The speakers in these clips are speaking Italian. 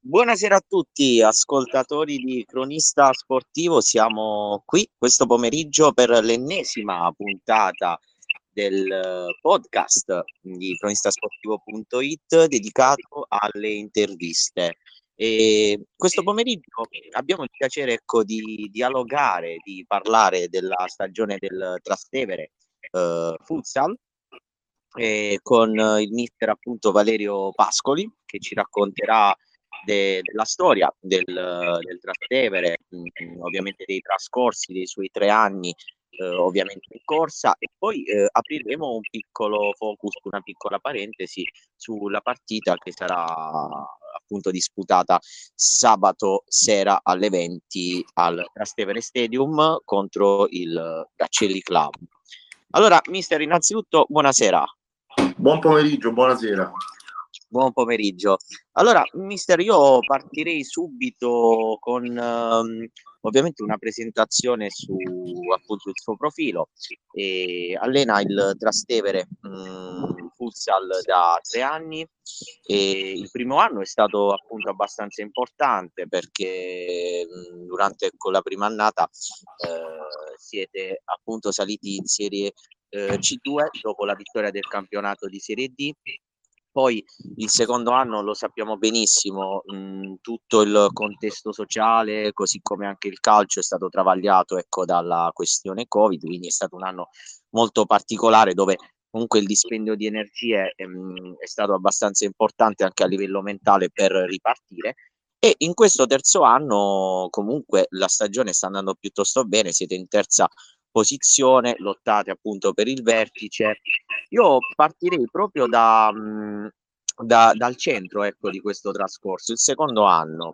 Buonasera a tutti, ascoltatori di Cronista Sportivo. Siamo qui questo pomeriggio per l'ennesima puntata del podcast di cronistasportivo.it dedicato alle interviste. E questo pomeriggio abbiamo il piacere, di dialogare, di parlare della stagione del Trastevere Futsal con il mister appunto Valerio Pascoli, che ci racconterà della storia del Trastevere, ovviamente dei trascorsi dei suoi 3 anni ovviamente in corsa, e poi apriremo un piccolo focus, una piccola parentesi sulla partita che sarà appunto disputata sabato sera alle 20 al Trastevere Stadium contro il Gaccelli Club. Allora, mister, innanzitutto buonasera. Buon pomeriggio, buonasera. Buon pomeriggio. Allora, mister, io partirei subito con ovviamente una presentazione su appunto il suo profilo. Allena il Trastevere Futsal da 3 anni, e il primo anno è stato appunto abbastanza importante perché durante la prima annata siete appunto saliti in Serie C2 dopo la vittoria del campionato di Serie D. Poi il secondo anno lo sappiamo benissimo, tutto il contesto sociale, così come anche il calcio, è stato travagliato, dalla questione Covid, quindi è stato un anno molto particolare dove comunque il dispendio di energie è stato abbastanza importante anche a livello mentale per ripartire. E in questo terzo anno comunque la stagione sta andando piuttosto bene, siete in terza posizione, lottate appunto per il vertice. Io partirei proprio dal centro, di questo trascorso, il secondo anno.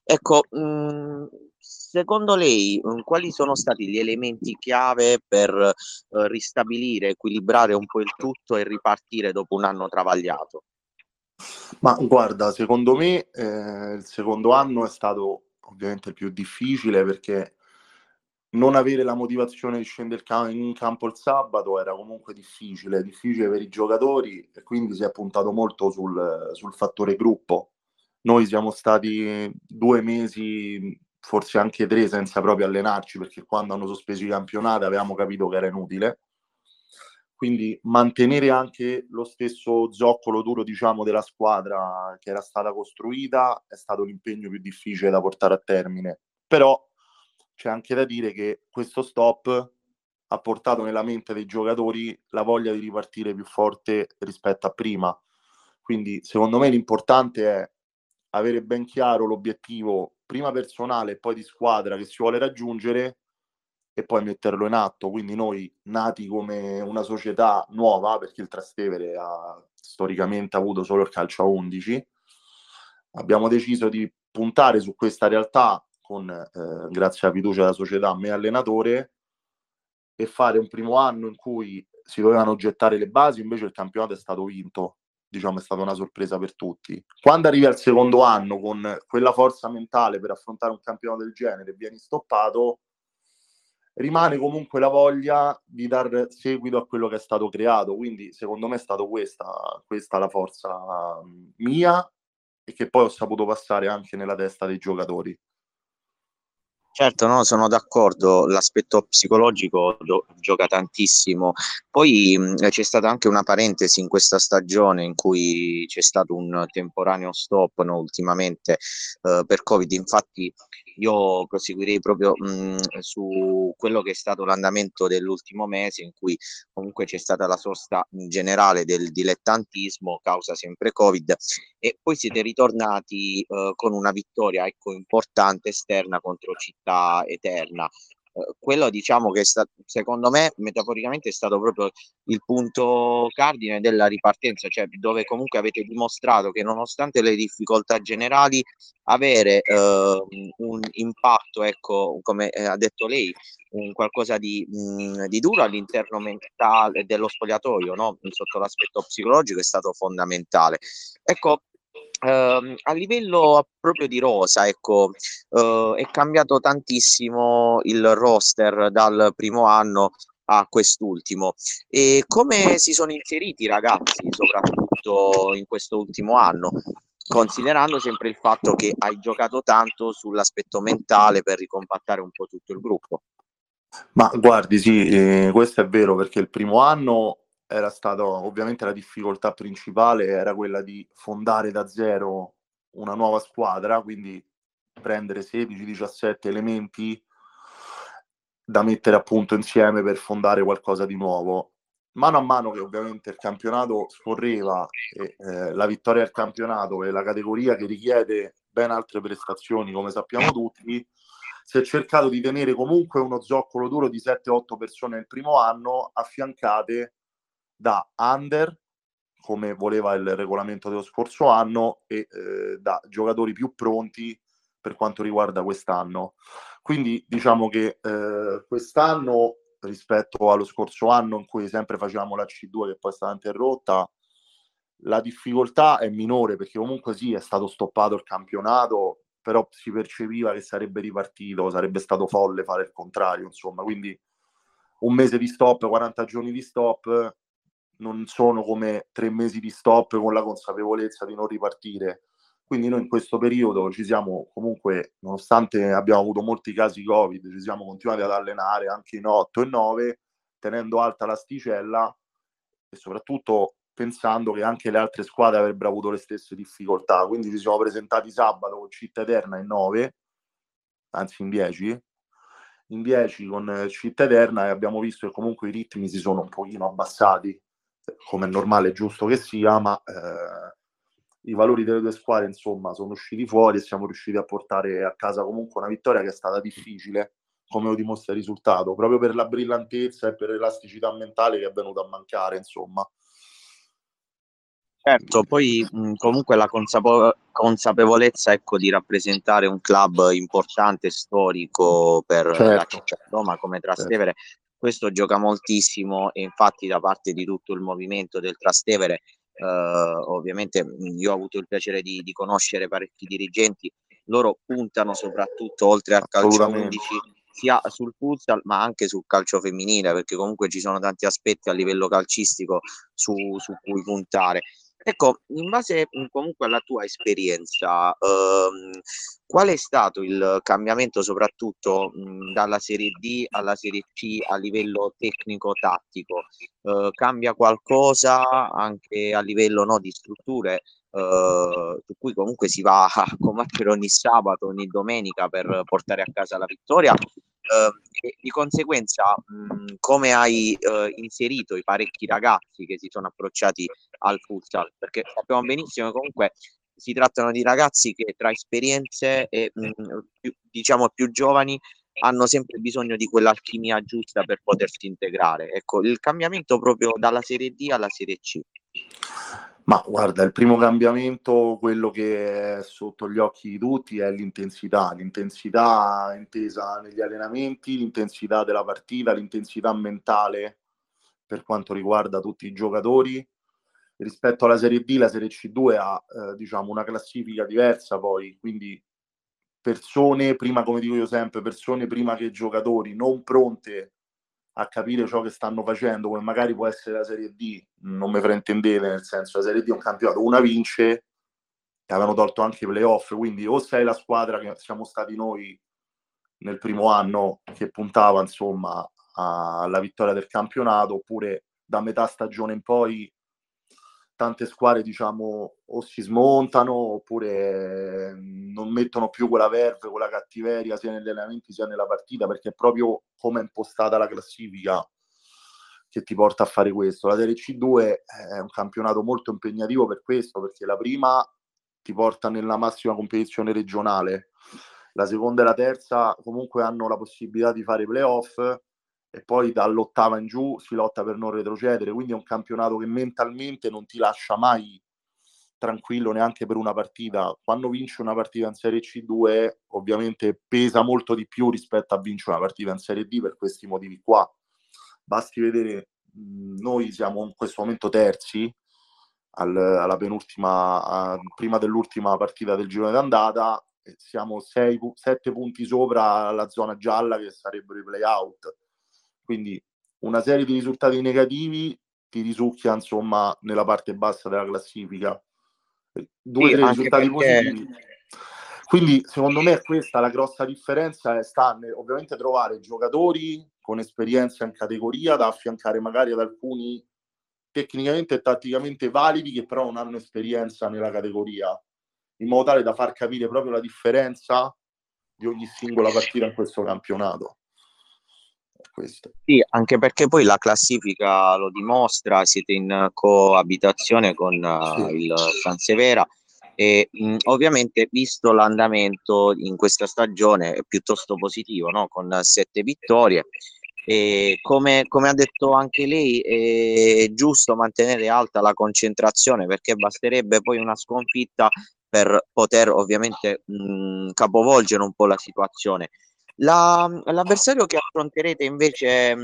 Secondo lei, quali sono stati gli elementi chiave per ristabilire, equilibrare un po' il tutto e ripartire dopo un anno travagliato? Ma guarda, secondo me il secondo anno è stato ovviamente il più difficile perché non avere la motivazione di scendere in campo il sabato era comunque difficile per i giocatori, e quindi si è puntato molto sul fattore gruppo. Noi siamo stati 2 mesi, forse anche 3, senza proprio allenarci, perché quando hanno sospeso i campionati avevamo capito che era inutile. Quindi mantenere anche lo stesso zoccolo duro, diciamo, della squadra che era stata costruita è stato l'impegno più difficile da portare a termine. Però c'è anche da dire che questo stop ha portato nella mente dei giocatori la voglia di ripartire più forte rispetto a prima. Quindi secondo me l'importante è avere ben chiaro l'obiettivo prima personale e poi di squadra che si vuole raggiungere, e poi metterlo in atto. Quindi noi, nati come una società nuova, perché il Trastevere ha storicamente avuto solo il calcio a 11, abbiamo deciso di puntare su questa realtà con, grazie alla fiducia della società, me allenatore, e fare un primo anno in cui si dovevano gettare le basi. Invece il campionato è stato vinto, diciamo, è stata una sorpresa per tutti. Quando arrivi al secondo anno con quella forza mentale per affrontare un campionato del genere e vieni stoppato, rimane comunque la voglia di dar seguito a quello che è stato creato. Quindi secondo me è stato questa la forza mia, e che poi ho saputo passare anche nella testa dei giocatori. Certo, no, sono d'accordo, l'aspetto psicologico gioca tantissimo. Poi c'è stata anche una parentesi in questa stagione in cui c'è stato un temporaneo stop, no, ultimamente per Covid. Infatti io proseguirei proprio su quello che è stato l'andamento dell'ultimo mese, in cui comunque c'è stata la sosta generale del dilettantismo, causa sempre Covid, e poi siete ritornati con una vittoria, importante, esterna contro Città Eterna. Quello, diciamo, che secondo me metaforicamente è stato proprio il punto cardine della ripartenza, cioè dove comunque avete dimostrato che nonostante le difficoltà generali avere un impatto, come ha detto lei, un qualcosa di duro all'interno mentale dello spogliatoio, no? Sotto l'aspetto psicologico è stato fondamentale. Ecco, a livello proprio di rosa, è cambiato tantissimo il roster dal primo anno a quest'ultimo. E come si sono inseriti i ragazzi, soprattutto in questo ultimo anno? considerando sempre il fatto che hai giocato tanto sull'aspetto mentale per ricompattare un po' tutto il gruppo. Ma guardi, sì, questo è vero perché il primo anno era stato, ovviamente la difficoltà principale era quella di fondare da zero una nuova squadra, quindi prendere 16-17 elementi da mettere appunto insieme per fondare qualcosa di nuovo. Mano a mano che ovviamente il campionato scorreva e la vittoria del campionato è la categoria che richiede ben altre prestazioni, come sappiamo tutti, si è cercato di tenere comunque uno zoccolo duro di 7-8 persone nel primo anno, affiancate da under, come voleva il regolamento dello scorso anno, e da giocatori più pronti per quanto riguarda quest'anno. Quindi diciamo che quest'anno, rispetto allo scorso anno in cui sempre facevamo la C2 che poi è stata interrotta, la difficoltà è minore perché comunque sì, è stato stoppato il campionato, però si percepiva che sarebbe ripartito, sarebbe stato folle fare il contrario, insomma, quindi un mese di stop, 40 giorni di stop non sono come 3 mesi di stop con la consapevolezza di non ripartire. Quindi noi in questo periodo ci siamo comunque, nonostante abbiamo avuto molti casi Covid, ci siamo continuati ad allenare anche in 8 e 9, tenendo alta l'asticella e soprattutto pensando che anche le altre squadre avrebbero avuto le stesse difficoltà. Quindi ci siamo presentati sabato con Città Eterna in 9, anzi in 10 con Città Eterna, e abbiamo visto che comunque i ritmi si sono un pochino abbassati, come è normale e giusto che sia, ma i valori delle due squadre insomma sono usciti fuori e siamo riusciti a portare a casa comunque una vittoria che è stata difficile, come lo dimostra il risultato, proprio per la brillantezza e per l'elasticità mentale che è venuta a mancare, insomma. Certo, poi comunque la consapevolezza, ecco, di rappresentare un club importante e storico per la Certo, città di Roma come certo. Trastevere, questo gioca moltissimo e infatti da parte di tutto il movimento del Trastevere, ovviamente io ho avuto il piacere di conoscere parecchi dirigenti, loro puntano soprattutto oltre al calcio a Assolutamente. 11 sia sul futsal ma anche sul calcio femminile, perché comunque ci sono tanti aspetti a livello calcistico su cui puntare. Ecco, in base, comunque alla tua esperienza, qual è stato il cambiamento soprattutto, dalla serie D alla serie C a livello tecnico-tattico? Cambia qualcosa anche a livello, no, di strutture, su cui comunque si va a combattere ogni sabato, ogni domenica per portare a casa la vittoria? E di conseguenza, come hai, inserito i parecchi ragazzi che si sono approcciati al futsal, perché sappiamo benissimo che comunque si trattano di ragazzi che tra esperienze e diciamo più giovani hanno sempre bisogno di quell'alchimia giusta per potersi integrare. Ecco, il cambiamento proprio dalla Serie D alla Serie C. Ma guarda, il primo cambiamento, quello che è sotto gli occhi di tutti, è l'intensità intesa negli allenamenti, l'intensità della partita, l'intensità mentale per quanto riguarda tutti i giocatori. Rispetto alla Serie D, la Serie C2 ha diciamo una classifica diversa poi, quindi persone, prima come dico io sempre, persone prima che giocatori non pronte a capire ciò che stanno facendo, come magari può essere la Serie D, non mi fraintendete, nel senso la Serie D è un campionato, una vince e avevano tolto anche i playoff, quindi o sei la squadra che siamo stati noi nel primo anno che puntava insomma alla vittoria del campionato, oppure da metà stagione in poi tante squadre diciamo o si smontano oppure non mettono più quella verve, quella cattiveria sia negli allenamenti sia nella partita, perché è proprio come è impostata la classifica che ti porta a fare questo. La Serie C2 è un campionato molto impegnativo per questo, perché la prima ti porta nella massima competizione regionale, la seconda e la terza comunque hanno la possibilità di fare i playoff e poi dall'8ª in giù si lotta per non retrocedere, quindi è un campionato che mentalmente non ti lascia mai tranquillo neanche per una partita. Quando vinci una partita in Serie C2 ovviamente pesa molto di più rispetto a vincere una partita in Serie D per questi motivi qua. Basti vedere, noi siamo in questo momento terzi alla penultima, prima dell'ultima partita del girone d'andata, e siamo 7 punti sopra la zona gialla che sarebbero i play-out. Quindi una serie di risultati negativi ti risucchia insomma nella parte bassa della classifica. Due o Sì, tre anche risultati perché positivi. Quindi secondo me questa la grossa differenza sta ovviamente trovare giocatori con esperienza in categoria da affiancare magari ad alcuni tecnicamente e tatticamente validi che però non hanno esperienza nella categoria, in modo tale da far capire proprio la differenza di ogni singola partita in questo campionato. Questo. sì, anche perché poi la classifica lo dimostra, siete in coabitazione con Sì. il Sansevera e ovviamente visto l'andamento in questa stagione è piuttosto positivo, no? Con 7 vittorie e come ha detto anche lei è giusto mantenere alta la concentrazione perché basterebbe poi una sconfitta per poter ovviamente capovolgere un po' la situazione. L'avversario che affronterete invece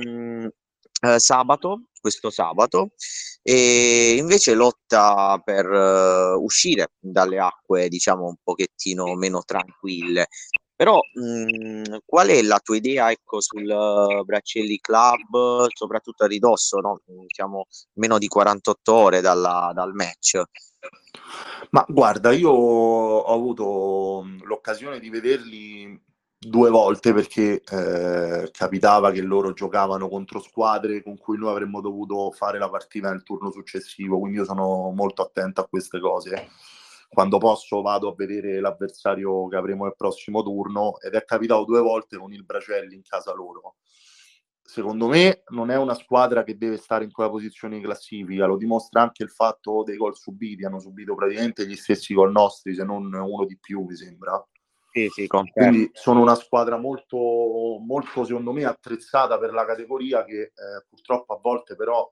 questo sabato, e invece lotta per uscire dalle acque, diciamo, un pochettino meno tranquille. Però qual è la tua idea, ecco, sul Braccelli Club, soprattutto a ridosso, no? Diciamo, meno di 48 ore dal match? Ma guarda, io ho avuto l'occasione di vederli 2 volte perché capitava che loro giocavano contro squadre con cui noi avremmo dovuto fare la partita nel turno successivo, quindi io sono molto attento a queste cose. Quando posso vado a vedere l'avversario che avremo nel prossimo turno ed è capitato 2 volte con il Bracelli in casa loro. Secondo me non è una squadra che deve stare in quella posizione di classifica, lo dimostra anche il fatto dei gol subiti, hanno subito praticamente gli stessi gol nostri, se non uno di più, mi sembra. Sì, sì, confermo. Quindi sono una squadra molto, molto secondo me, attrezzata per la categoria che purtroppo a volte però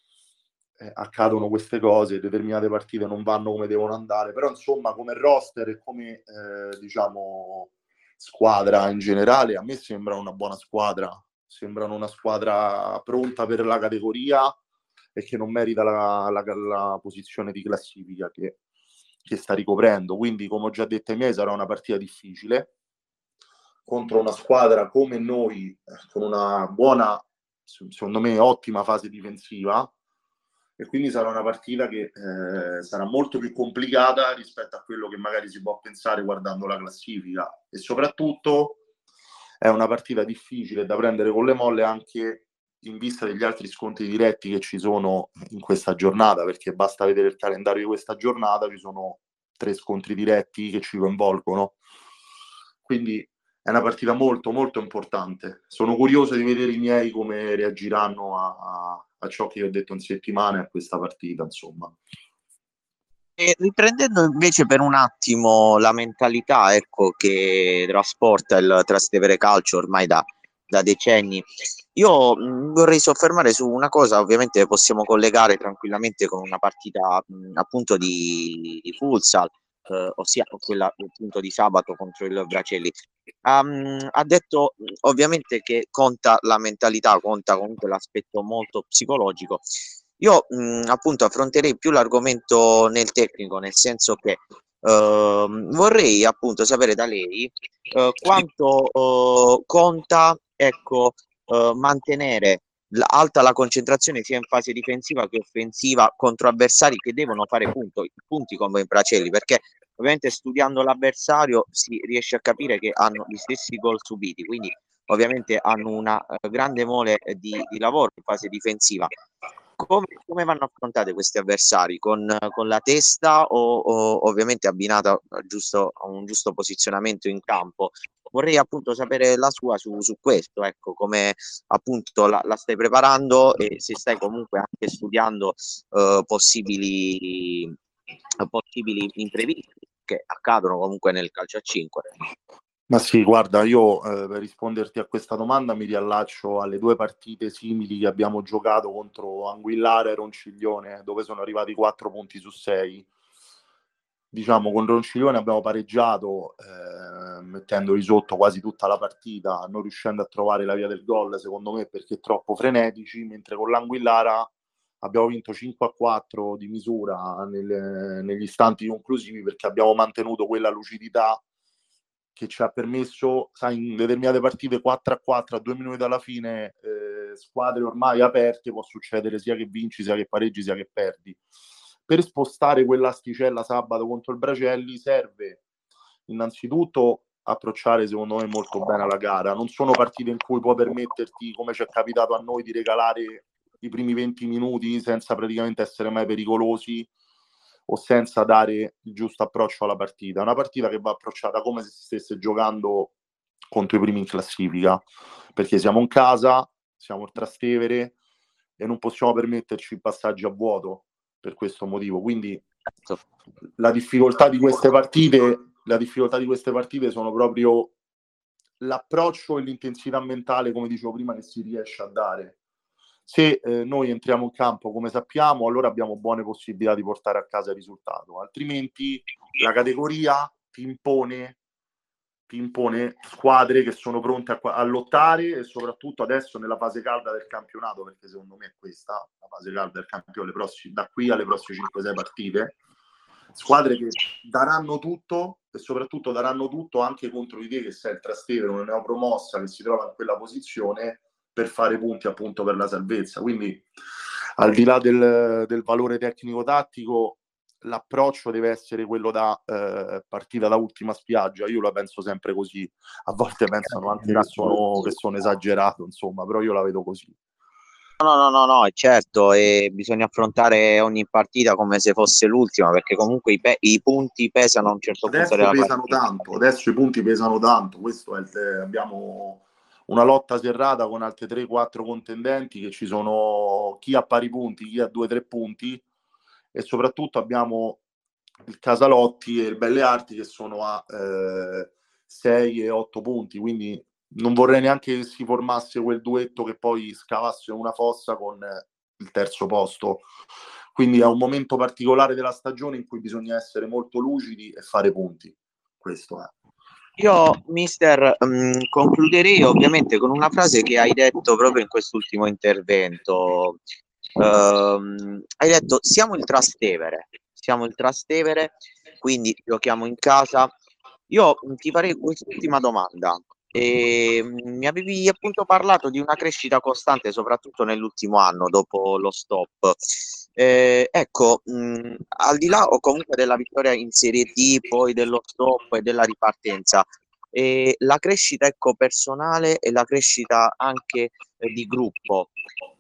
accadono queste cose, determinate partite non vanno come devono andare, però insomma come roster e come diciamo squadra in generale a me sembra una buona squadra, sembrano una squadra pronta per la categoria e che non merita la posizione di classifica che sta ricoprendo. Quindi, come ho già detto ai miei, sarà una partita difficile contro una squadra come noi, con una buona, secondo me, ottima fase difensiva. E quindi sarà una partita che sarà molto più complicata rispetto a quello che magari si può pensare guardando la classifica. E soprattutto è una partita difficile da prendere con le molle anche in vista degli altri scontri diretti che ci sono in questa giornata, perché basta vedere il calendario di questa giornata, ci sono 3 scontri diretti che ci coinvolgono. Quindi è una partita molto molto importante. Sono curioso di vedere i miei come reagiranno a ciò che io ho detto in settimana e a questa partita, insomma. E riprendendo invece per un attimo la mentalità, ecco, che trasporta il Trastevere Calcio ormai da decenni, io vorrei soffermare su una cosa, ovviamente possiamo collegare tranquillamente con una partita appunto di futsal, ossia quella appunto di sabato contro il Bracelli. Ha detto ovviamente che conta la mentalità, conta comunque l'aspetto molto psicologico. Io appunto affronterei più l'argomento nel tecnico, nel senso che vorrei appunto sapere da lei quanto conta, ecco, mantenere alta la concentrazione sia in fase difensiva che offensiva contro avversari che devono fare punti come i Bracelli, perché ovviamente studiando l'avversario si riesce a capire che hanno gli stessi gol subiti, quindi ovviamente hanno una grande mole di lavoro in fase difensiva. Come vanno affrontate questi avversari? Con la testa o ovviamente abbinata a un giusto posizionamento in campo? Vorrei appunto sapere la sua su questo, ecco, come appunto la stai preparando e se stai comunque anche studiando possibili imprevisti che accadono comunque nel calcio a 5. Ma sì, guarda, io per risponderti a questa domanda mi riallaccio alle 2 partite simili che abbiamo giocato contro Anguillara e Ronciglione, dove sono arrivati 4 punti su 6. Diciamo, con Ronciglione abbiamo pareggiato, mettendoli sotto quasi tutta la partita, non riuscendo a trovare la via del gol, secondo me, perché troppo frenetici, mentre con l'Anguillara abbiamo vinto 5-4 di misura negli istanti conclusivi, perché abbiamo mantenuto quella lucidità che ci ha permesso, sai, in determinate partite 4-4 a 2 minuti dalla fine, squadre ormai aperte, può succedere sia che vinci, sia che pareggi, sia che perdi. per spostare quell'asticella sabato contro il Bracelli serve innanzitutto approcciare secondo me molto bene la gara. Non sono partite in cui puoi permetterti, come ci è capitato a noi, di regalare i primi 20 minuti senza praticamente essere mai pericolosi o senza dare il giusto approccio alla partita. È una partita che va approcciata come se si stesse giocando contro i primi in classifica, perché siamo in casa, siamo il Trastevere e non possiamo permetterci passaggi a vuoto per questo motivo. Quindi la difficoltà di queste partite sono proprio l'approccio e l'intensità mentale, come dicevo prima, che si riesce a dare. Se noi entriamo in campo come sappiamo, allora abbiamo buone possibilità di portare a casa il risultato, altrimenti la categoria ti impone squadre che sono pronte a lottare, e soprattutto adesso nella fase calda del campionato, perché secondo me è questa la fase calda del campionato, da qui alle prossime 5-6 partite, squadre che daranno tutto e soprattutto daranno tutto anche contro di te, che sei il Trastevere, una neopromossa che si trova in quella posizione, per fare punti appunto per la salvezza. Quindi al di là del valore tecnico-tattico, l'approccio deve essere quello da partita da ultima spiaggia. Io la penso sempre così. A volte pensano anche che sono esagerato, insomma, però io la vedo così. No, certo, e bisogna affrontare ogni partita come se fosse l'ultima, perché comunque i punti pesano a un certo punto della partita. Adesso i punti pesano tanto, abbiamo una lotta serrata con altre 3-4 contendenti, che ci sono chi ha pari punti, chi ha 2-3 punti, e soprattutto abbiamo il Casalotti e il Belle Arti che sono a 6 e 8 punti, quindi non vorrei neanche che si formasse quel duetto che poi scavasse una fossa con il terzo posto. Quindi è un momento particolare della stagione in cui bisogna essere molto lucidi e fare punti. Questo è. Io, mister, concluderei ovviamente con una frase che hai detto proprio in quest'ultimo intervento. Hai detto siamo il Trastevere, quindi giochiamo in casa. Io ti farei quest'ultima domanda. Mi avevi appunto parlato di una crescita costante, soprattutto nell'ultimo anno, dopo lo stop. Ecco, al di là o comunque della vittoria in Serie D, poi dello stop e della ripartenza, la crescita ecco, personale e la crescita anche di gruppo.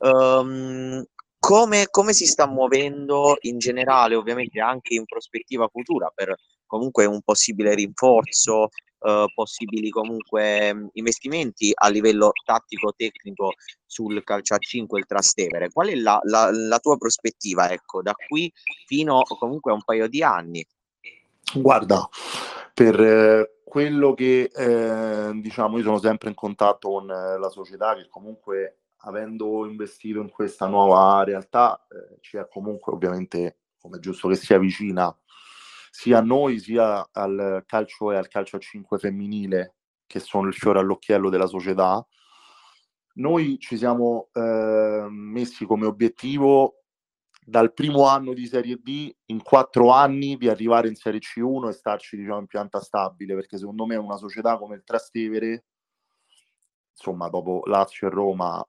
Come si sta muovendo in generale, ovviamente anche in prospettiva futura, per comunque un possibile rinforzo, possibili comunque investimenti a livello tattico-tecnico sul calcio a 5 il Trastevere? Qual è la tua prospettiva, ecco, da qui fino comunque a un paio di anni? Guarda, per quello che diciamo, io sono sempre in contatto con la società, che comunque, avendo investito in questa nuova realtà, ci è comunque ovviamente, come è giusto che sia, vicina sia a noi sia al calcio e al calcio a 5 femminile, che sono il fiore all'occhiello della società. Noi ci siamo messi come obiettivo, dal primo anno di Serie D, in 4 anni, di arrivare in Serie C1 e starci, diciamo, in pianta stabile, perché secondo me una società come il Trastevere, insomma, dopo Lazio e Roma,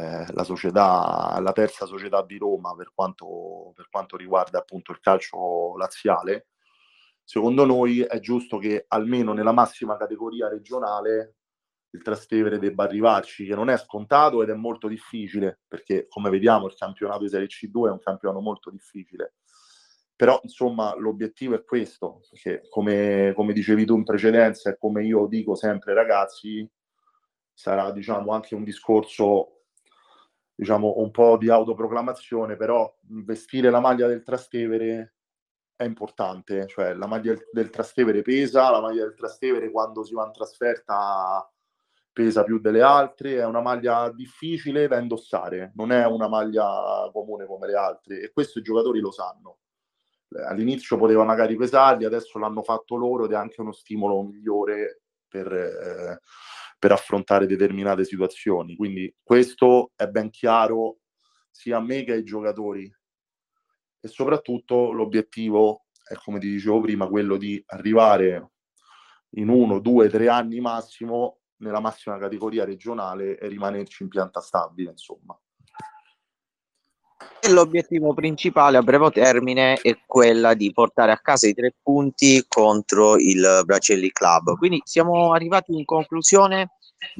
la terza società di Roma per quanto riguarda appunto il calcio laziale, secondo noi è giusto che almeno nella massima categoria regionale il Trastevere debba arrivarci, che non è scontato ed è molto difficile, perché come vediamo il campionato di Serie C2 è un campionato molto difficile. Però insomma l'obiettivo è questo, perché come dicevi tu in precedenza e come io dico sempre ai ragazzi, sarà, diciamo, anche un discorso, diciamo, un po' di autoproclamazione, però vestire la maglia del Trastevere è importante, cioè la maglia del Trastevere pesa, la maglia del Trastevere quando si va in trasferta pesa più delle altre, è una maglia difficile da indossare, non è una maglia comune come le altre, e questo i giocatori lo sanno. All'inizio poteva magari pesarli, adesso l'hanno fatto loro, ed è anche uno stimolo migliore per affrontare determinate situazioni. Quindi questo è ben chiaro sia a me che ai giocatori, e soprattutto l'obiettivo è, come ti dicevo prima, quello di arrivare in 1, 2, 3 anni massimo nella massima categoria regionale e rimanerci in pianta stabile, insomma. E l'obiettivo principale a breve termine è quella di portare a casa i 3 punti contro il Bracelli Club. Quindi siamo arrivati in conclusione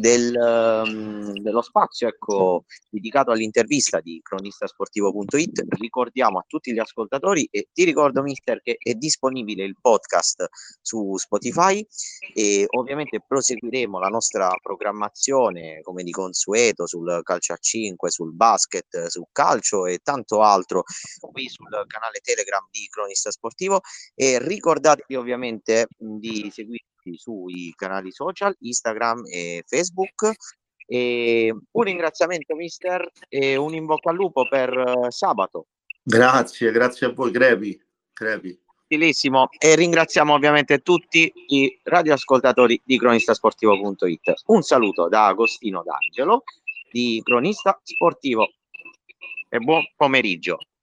dello spazio, ecco, dedicato all'intervista di cronistasportivo.it. Ricordiamo a tutti gli ascoltatori, e ti ricordo mister, che è disponibile il podcast su Spotify, e ovviamente proseguiremo la nostra programmazione come di consueto sul calcio a 5, sul basket, sul calcio e tanto altro qui sul canale Telegram di Cronista Sportivo. E ricordatevi ovviamente di seguirci sui canali social Instagram e Facebook. E un ringraziamento mister e un in bocca al lupo per sabato. Grazie a voi, Crepi. Gentilissimo. E ringraziamo ovviamente tutti i radioascoltatori di cronistasportivo.it. Un saluto da Agostino D'Angelo di Cronista Sportivo e buon pomeriggio.